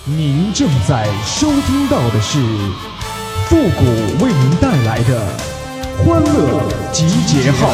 您正在收听到的是复古为您带来的欢乐集结号。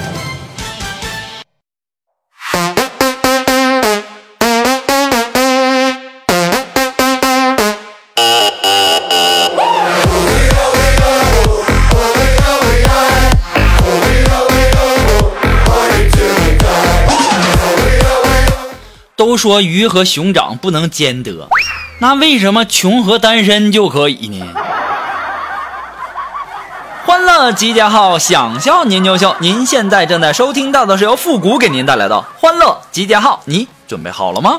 都说鱼和熊掌不能兼得，那为什么穷和单身就可以呢？欢乐集结号，想笑您就笑。您现在正在收听到的是由复古给您带来的欢乐集结号，你准备好了吗？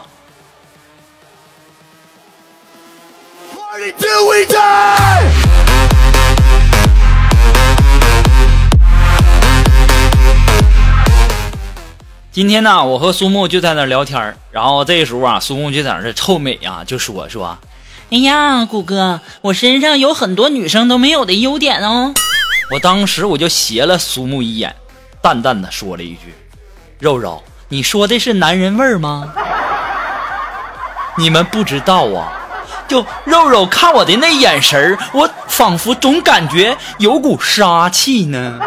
今天呢，我和苏木就在那聊天，然后这时候啊，苏木就在那臭美啊，就说哎呀，谷哥，我身上有很多女生都没有的优点哦。我当时我就斜了苏木一眼，淡淡的说了一句：肉肉，你说的是男人味吗？你们不知道啊，就肉肉看我的那眼神，我仿佛总感觉有股杀气呢。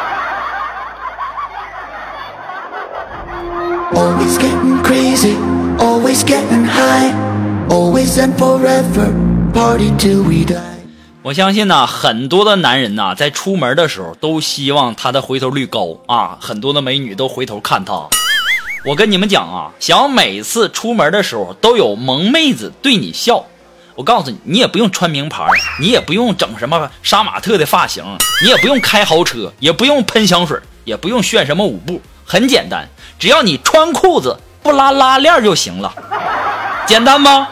Always getting crazy, always getting high, always and forever, party till we die. 我相信呢，很多的男人呢，在出门的时候都希望他的回头率高啊，很多的美女都回头看他。我跟你们讲啊，想要每次出门的时候都有萌妹子对你笑，我告诉你，你也不用穿名牌，你也不用整什么杀马特的发型，你也不用开豪车，也不用喷香水，也不用炫什么舞步，很简单，只要你穿裤子不拉拉链就行了，简单吗？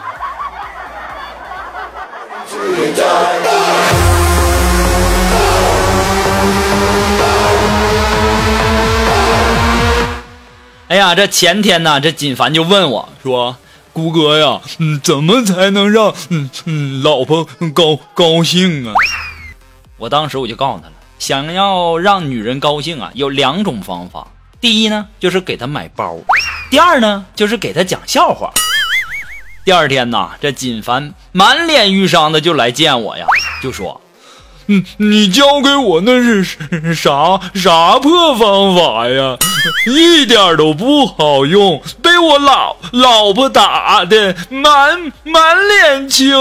哎呀，这前天呢，这锦凡就问我说：“谷哥呀，怎么才能让老婆高兴啊？”我当时我就告诉他了，想要让女人高兴啊，有2种方法。第一呢，就是给她买包；第二呢，就是给她讲笑话。第二天呢，这锦凡满脸郁伤的就来见我呀，就说：“你教给我那是啥破方法呀？一点都不好用，被我老婆打的满脸青。”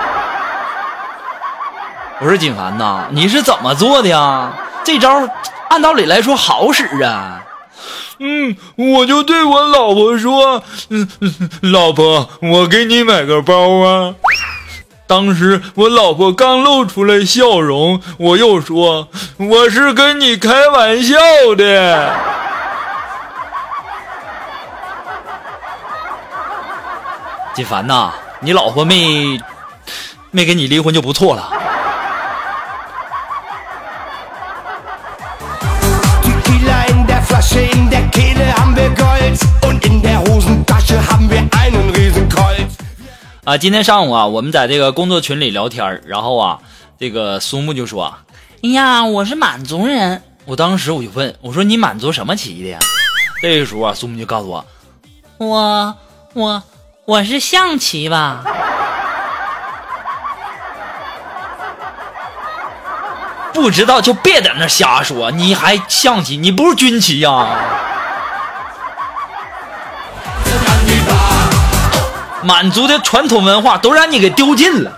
我说锦凡呐，你是怎么做的呀？这招按道理来说好使啊。我就对我老婆说，老婆，我给你买个包啊。当时我老婆刚露出来笑容，我又说，我是跟你开玩笑的。锦凡呐，你老婆没跟你离婚就不错了。今天上午啊，我们在这个工作群里聊天，然后啊，这个苏木就说：“哎呀，我是满族人。”我当时我就问，我说：“你满族什么旗的呀？”这个时候啊，苏木就告诉我：“我是象棋吧。”不知道就别在那瞎说，你还象棋，你不是军棋呀？满族的传统文化都让你给丢尽了。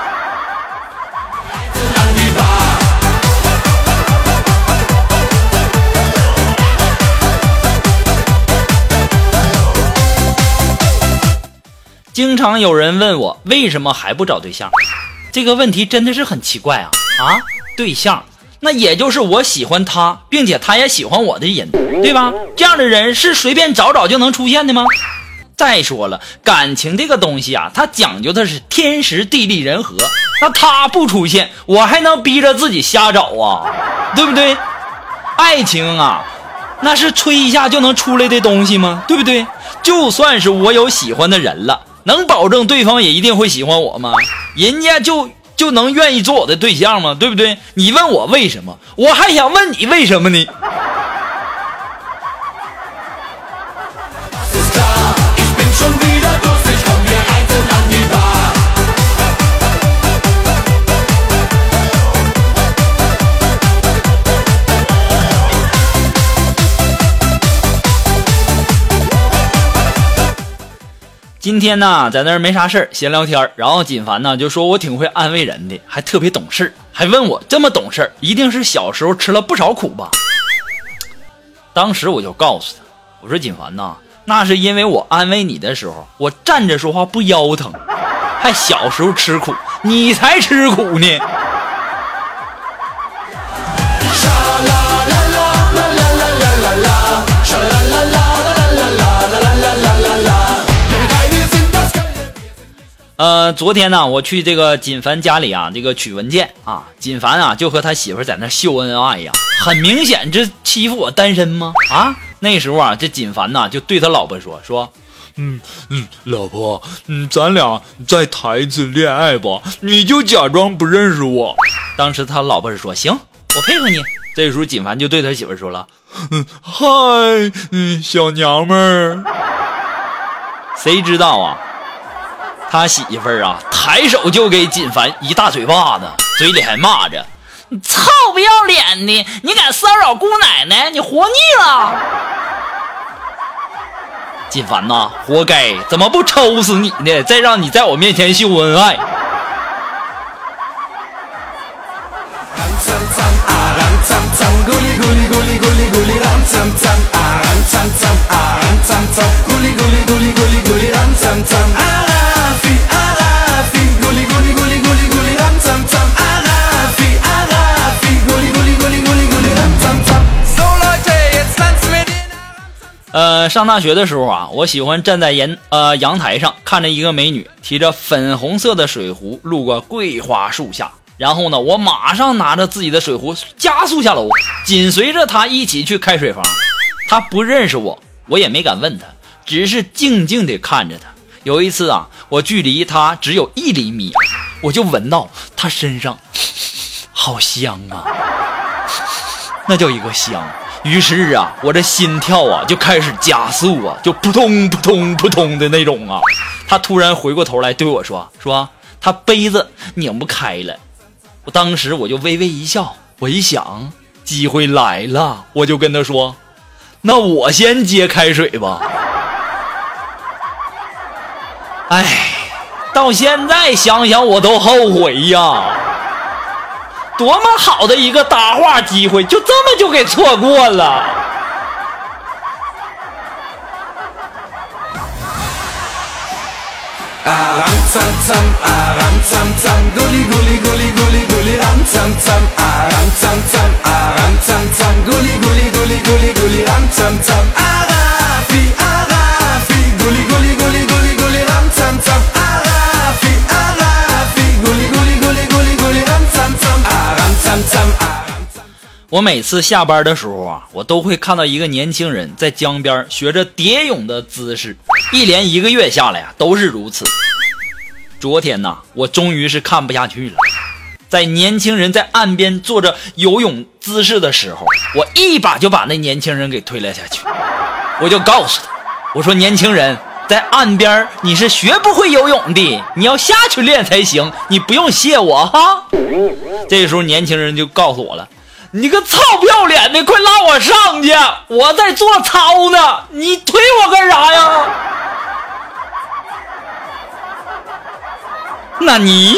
经常有人问我为什么还不找对象，这个问题真的是很奇怪啊！对象，那也就是我喜欢他，并且他也喜欢我的人，对吧？这样的人是随便找就能出现的吗？再说了，感情这个东西啊，它讲究的是天时地利人和，那他不出现，我还能逼着自己瞎找啊，对不对？爱情啊，那是吹一下就能出来的东西吗？对不对？就算是我有喜欢的人了，能保证对方也一定会喜欢我吗？人家就能愿意做我的对象吗？对不对？你问我为什么，我还想问你为什么呢？ schon wieder durstig, komm wir einzeln an die Bar. 今天呢在那儿没啥事儿闲聊天，然后锦凡呢就说我挺会安慰人的，还特别懂事，还问我这么懂事一定是小时候吃了不少苦吧。当时我就告诉他，我说锦凡呐，那是因为我安慰你的时候我站着说话不腰疼，还小时候吃苦，你才吃苦呢。昨天呢我去这个锦凡家里啊，这个取文件啊，锦凡啊就和他媳妇在那秀恩爱呀，很明显这欺负我单身吗？啊，那时候啊这锦凡呢就对他老婆说老婆，咱俩再谈一次恋爱吧，你就假装不认识我。 当时他老婆是说行，我配合你。这时候锦凡就对他媳妇说了， 嗨，小娘们儿。 谁知道啊，他媳妇儿啊抬手就给锦凡一大嘴巴子，嘴里还骂着，你操不要脸的，你敢骚扰姑奶奶，你活腻了。锦凡呐，活该，怎么不抽死你呢？再让你在我面前秀恩爱。上大学的时候啊，我喜欢站在阳台上看着一个美女提着粉红色的水壶路过桂花树下，然后呢我马上拿着自己的水壶加速下楼，紧随着她一起去开水房。她不认识我，我也没敢问她，只是静静地看着她。有一次啊，我距离她只有1厘米，我就闻到她身上好香啊，那叫一个香。于是啊，我这心跳啊就开始加速啊，就扑通扑通扑通的那种啊。他突然回过头来对我说他杯子拧不开了。我当时我就微微一笑，我一想机会来了，我就跟他说，那我先接开水吧。哎，到现在想想我都后悔呀。多么好的一个搭话机会，就这么就给错过了。我每次下班的时候啊，我都会看到一个年轻人在江边学着蝶泳的姿势，一连1个月下来啊都是如此。昨天呢，我终于是看不下去了，在年轻人在岸边做着游泳姿势的时候，我一把就把那年轻人给推了下去。我就告诉他，我说年轻人，在岸边你是学不会游泳的，你要下去练才行，你不用谢我哈。这时候年轻人就告诉我了，你个操不要脸的，快拉我上去，我在做操呢，你推我干啥呀？那你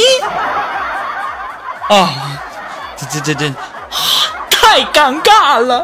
啊，这太尴尬了。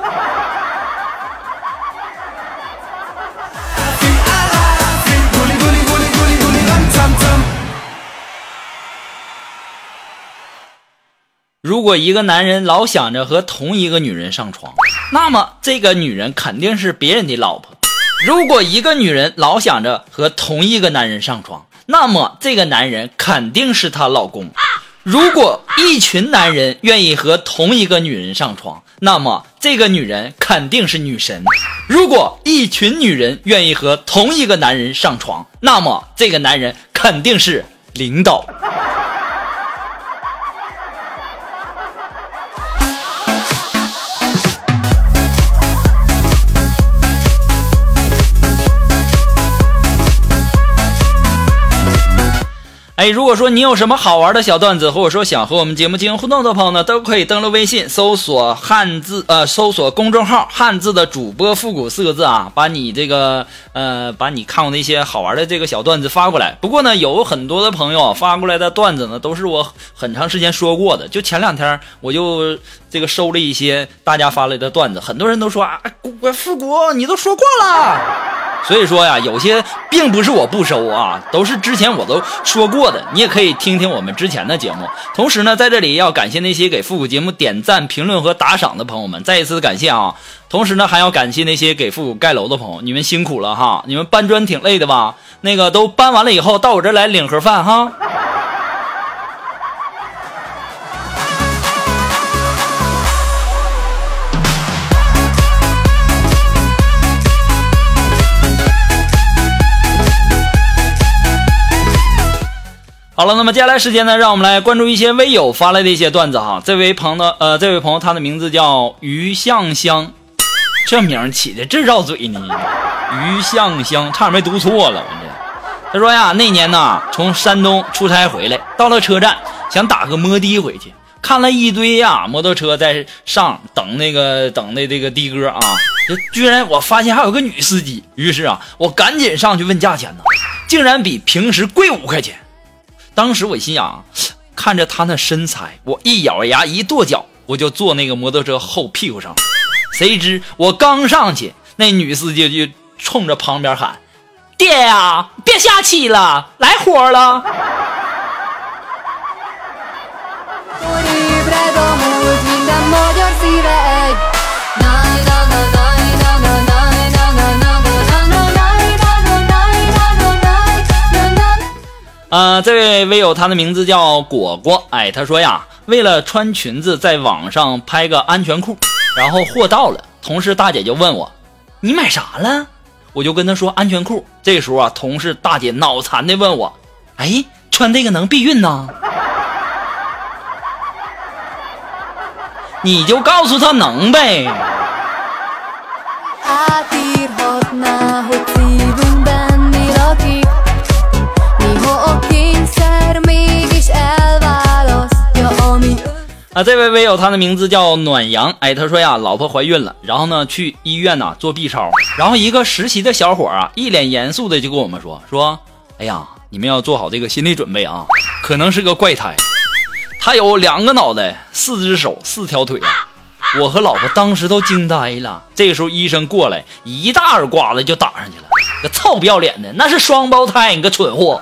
如果一个男人老想着和同一个女人上床，那么这个女人肯定是别人的老婆。如果一个女人老想着和同一个男人上床，那么这个男人肯定是她老公。如果一群男人愿意和同一个女人上床，那么这个女人肯定是女神。如果一群女人愿意和同一个男人上床，那么这个男人肯定是领导。 哎，如果说你有什么好玩的小段子，或者说想和我们节目进行互动的朋友呢，都可以登录微信搜索搜索公众号汉字的主播复古4个字啊，把你看过的一些好玩的这个小段子发过来。不过呢，有很多的朋友发过来的段子呢，都是我很长时间说过的。就前2天我就这个收了一些大家发来的段子，很多人都说啊，复古你都说过了。所以说呀，有些并不是我不收啊，都是之前我都说过的，你也可以听听我们之前的节目。同时呢，在这里要感谢那些给复古节目点赞、评论和打赏的朋友们，再一次感谢啊！同时呢，还要感谢那些给复古盖楼的朋友，你们辛苦了哈！你们搬砖挺累的吧？那个都搬完了以后，到我这来领盒饭哈。好了，那么接下来时间呢，让我们来关注一些微友发来的一些段子哈。这位朋友他的名字叫于向香，这名起的真绕嘴呢。于向香差点没读错了，我这。他说呀，那年呢从山东出差回来，到了车站想打个摩的回去，看了一堆摩托车在上等的这个的哥啊，居然我发现还有个女司机，于是我赶紧上去问价钱呢，竟然比平时贵5块钱。当时我心想，看着他那身材，我一咬牙一跺脚，我就坐那个摩托车后屁股上。谁知我刚上去，那女司机就冲着旁边喊：“爹呀，别下棋了，来活了。”这位微友他的名字叫果果，他说呀，为了穿裙子在网上拍个安全裤，然后货到了，同事大姐就问我，你买啥了？我就跟他说安全裤。这时候同事大姐脑残的问我，穿这个能避孕呢？你就告诉他能呗。这位微友他的名字叫暖阳，他说呀，老婆怀孕了，然后呢去医院做 B 超，然后一个实习的小伙一脸严肃的就跟我们说，哎呀，你们要做好这个心理准备啊，可能是个怪胎，他有2个脑袋、4只手、4条腿我和老婆当时都惊呆了。这个时候医生过来，一大耳刮子就打上去了，个臭不要脸的，那是双胞胎，你个蠢货。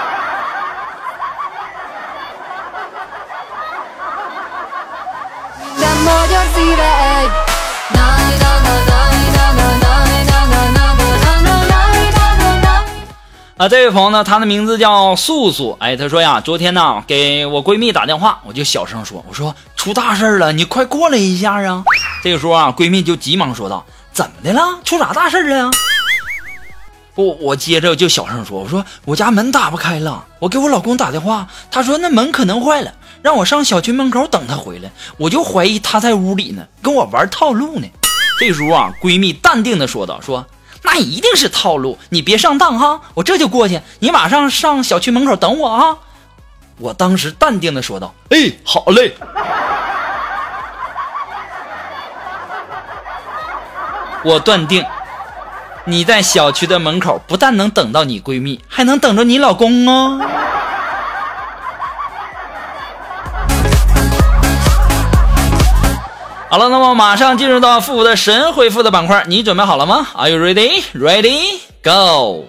这位朋友呢，他的名字叫素素，他说呀，昨天呢给我闺蜜打电话，我就小声说，我说出大事了，你快过来一下啊。这个时候闺蜜就急忙说道，怎么的了？出啥大事了呀？我接着就小声说，我说我家门打不开了，我给我老公打电话，他说那门可能坏了，让我上小区门口等他回来，我就怀疑他在屋里呢，跟我玩套路呢。这时候闺蜜淡定的说道，说那一定是套路，你别上当哈，我这就过去，你马上上小区门口等我啊。我当时淡定的说道，好嘞。我断定你在小区的门口不但能等到你闺蜜，还能等着你老公哦。好了，那么马上进入到复古的神回复的板块，你准备好了吗？ Are you ready? Ready? Go!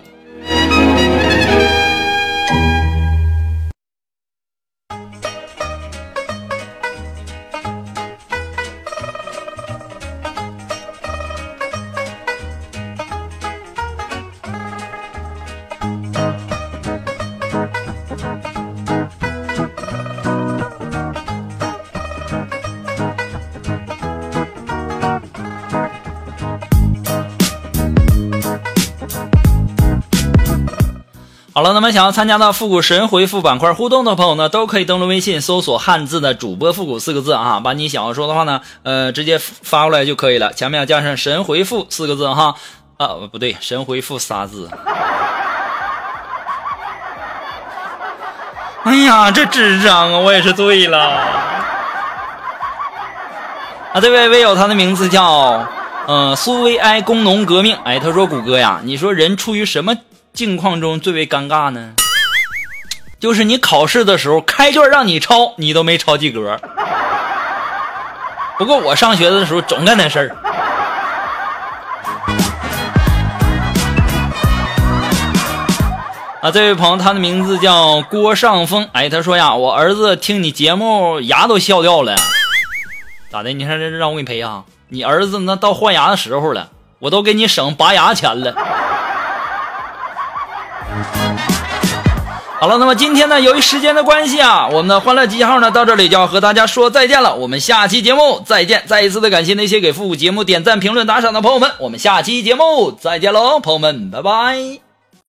好了，那么想要参加到复古神回复板块互动的朋友呢，都可以登录微信搜索汉字的主播复古4个字啊，把你想要说的话呢直接发过来就可以了，前面要加上神回复4个字哈，不对，神回复仨字。 哎呀，这智商啊，我也是醉了。这位微友他的名字叫苏维埃工农革命。他说谷歌呀，你说人处于什么境况中最为尴尬呢？就是你考试的时候开卷让你抄，你都没抄及格。不过我上学的时候总干那事儿。这位朋友他的名字叫郭尚峰。他说呀，我儿子听你节目牙都笑掉了。咋的？你看这让我给你赔啊？你儿子那到换牙的时候了，我都给你省拔牙钱了。好了，那么今天呢，由于时间的关系啊，我们的欢乐集结号呢到这里就要和大家说再见了。我们下期节目再见。再一次的感谢那些给复古节目点赞评论打赏的朋友们，我们下期节目再见喽，朋友们，拜拜。